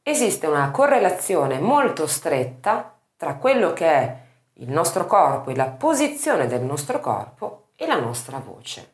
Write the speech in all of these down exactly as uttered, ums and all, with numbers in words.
esiste una correlazione molto stretta tra quello che è il nostro corpo e la posizione del nostro corpo e la nostra voce.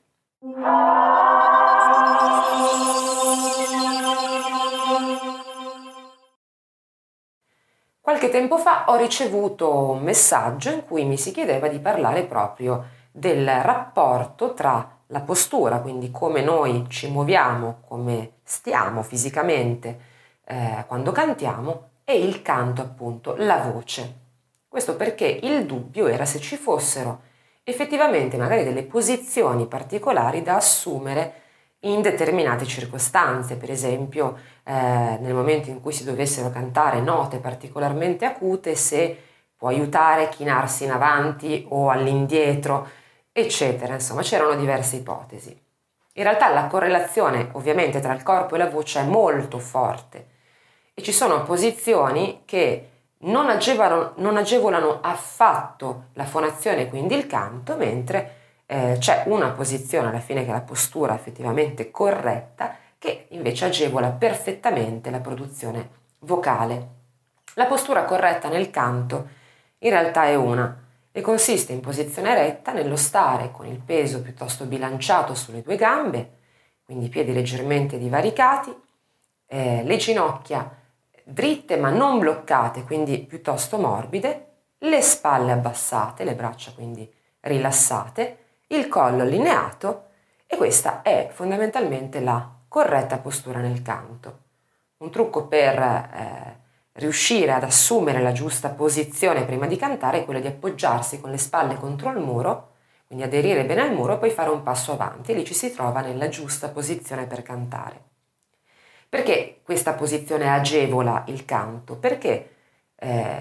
Qualche tempo fa ho ricevuto un messaggio in cui mi si chiedeva di parlare proprio del rapporto tra la postura, quindi come noi ci muoviamo, come stiamo fisicamente eh, quando cantiamo, e il canto, appunto, la voce. Questo perché il dubbio era se ci fossero effettivamente magari delle posizioni particolari da assumere in determinate circostanze, per esempio eh, nel momento in cui si dovessero cantare note particolarmente acute, se può aiutare a chinarsi in avanti o all'indietro, eccetera. Insomma, c'erano diverse ipotesi. In realtà la correlazione ovviamente tra il corpo e la voce è molto forte e ci sono posizioni che non agevolano, non agevolano affatto la fonazione, quindi il canto, mentre eh, c'è una posizione alla fine che è la postura effettivamente corretta, che invece agevola perfettamente la produzione vocale. La postura corretta nel canto in realtà è una e consiste in posizione retta nello stare con il peso piuttosto bilanciato sulle due gambe, quindi i piedi leggermente divaricati, eh, le ginocchia dritte ma non bloccate, quindi piuttosto morbide, le spalle abbassate, le braccia quindi rilassate, il collo allineato, e questa è fondamentalmente la corretta postura nel canto. Un trucco per eh, riuscire ad assumere la giusta posizione prima di cantare è quello di appoggiarsi con le spalle contro il muro, quindi aderire bene al muro e poi fare un passo avanti, e lì ci si trova nella giusta posizione per cantare. Perché questa posizione agevola il canto? Perché eh,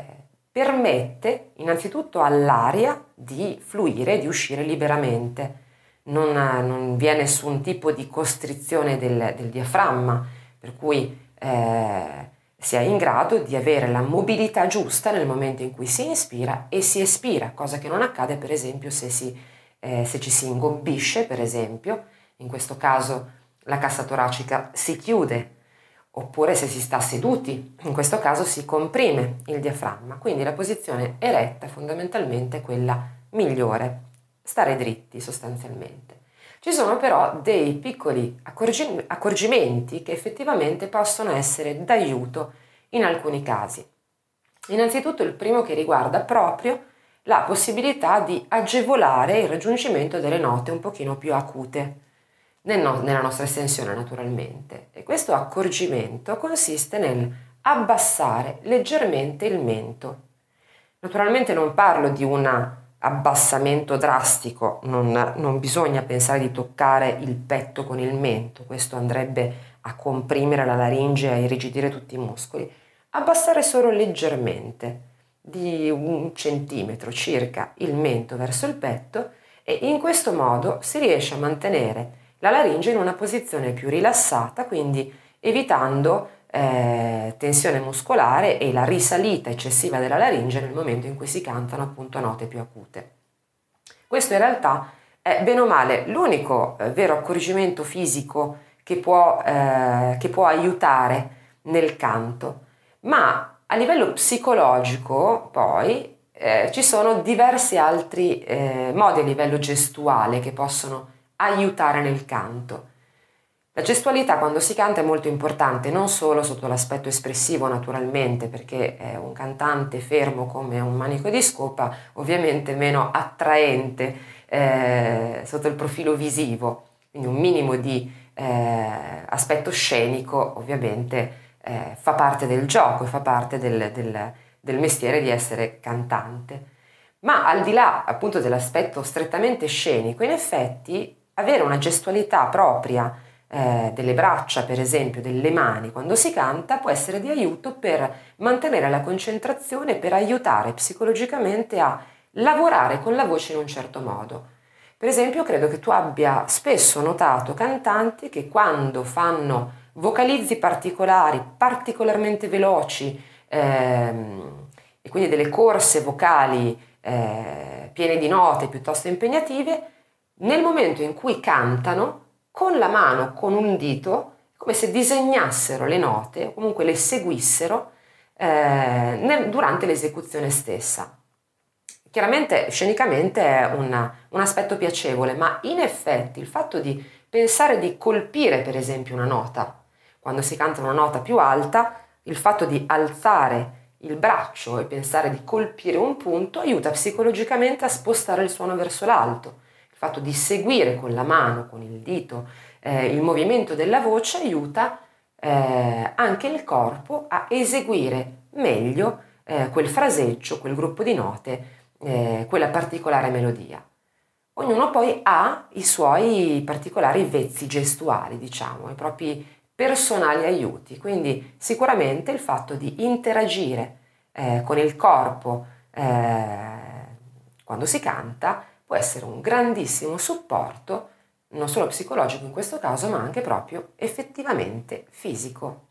permette innanzitutto all'aria di fluire, di uscire liberamente. Non, non vi è nessun tipo di costrizione del, del diaframma, per cui eh, si è in grado di avere la mobilità giusta nel momento in cui si inspira e si espira, cosa che non accade per esempio se, si, eh, se ci si ingobbisce, per esempio. In questo caso la cassa toracica si chiude, oppure se si sta seduti, in questo caso si comprime il diaframma, quindi la posizione eretta fondamentalmente è quella migliore, stare dritti sostanzialmente. Ci sono però dei piccoli accorgi- accorgimenti che effettivamente possono essere d'aiuto in alcuni casi. Innanzitutto il primo che riguarda proprio la possibilità di agevolare il raggiungimento delle note un pochino più acute, nel no- nella nostra estensione naturalmente. E questo accorgimento consiste nel abbassare leggermente il mento. Naturalmente non parlo di un abbassamento drastico, non, non bisogna pensare di toccare il petto con il mento, questo andrebbe a comprimere la laringe e a irrigidire tutti i muscoli. Abbassare solo leggermente, di un centimetro circa, il mento verso il petto, e in questo modo si riesce a mantenere la laringe in una posizione più rilassata, quindi evitando eh, tensione muscolare e la risalita eccessiva della laringe nel momento in cui si cantano appunto note più acute. Questo in realtà è bene o male l'unico eh, vero accorgimento fisico che può, eh, che può aiutare nel canto, ma a livello psicologico poi eh, ci sono diversi altri eh, modi a livello gestuale che possono aiutare nel canto. La gestualità quando si canta è molto importante, non solo sotto l'aspetto espressivo naturalmente, perché eh, un cantante fermo come un manico di scopa ovviamente è meno attraente eh, sotto il profilo visivo, quindi un minimo di eh, aspetto scenico ovviamente eh, fa parte del gioco e fa parte del, del, del mestiere di essere cantante. Ma al di là appunto dell'aspetto strettamente scenico, in effetti avere una gestualità propria eh, delle braccia, per esempio, delle mani quando si canta può essere di aiuto per mantenere la concentrazione, per aiutare psicologicamente a lavorare con la voce in un certo modo. Per esempio, credo che tu abbia spesso notato cantanti che quando fanno vocalizzi particolari, particolarmente veloci, ehm, e quindi delle corse vocali eh, piene di note piuttosto impegnative, nel momento in cui cantano, con la mano, con un dito, come se disegnassero le note o comunque le seguissero eh, nel, durante l'esecuzione stessa. Chiaramente scenicamente è una, un aspetto piacevole, ma in effetti il fatto di pensare di colpire per esempio una nota, quando si canta una nota più alta, il fatto di alzare il braccio e pensare di colpire un punto aiuta psicologicamente a spostare il suono verso l'alto. Il fatto di seguire con la mano, con il dito, eh, il movimento della voce aiuta eh, anche il corpo a eseguire meglio eh, quel fraseggio, quel gruppo di note, eh, quella particolare melodia. Ognuno poi ha i suoi particolari vezzi gestuali, diciamo, i propri personali aiuti, quindi sicuramente il fatto di interagire eh, con il corpo eh, quando si canta può essere un grandissimo supporto, non solo psicologico in questo caso, ma anche proprio effettivamente fisico.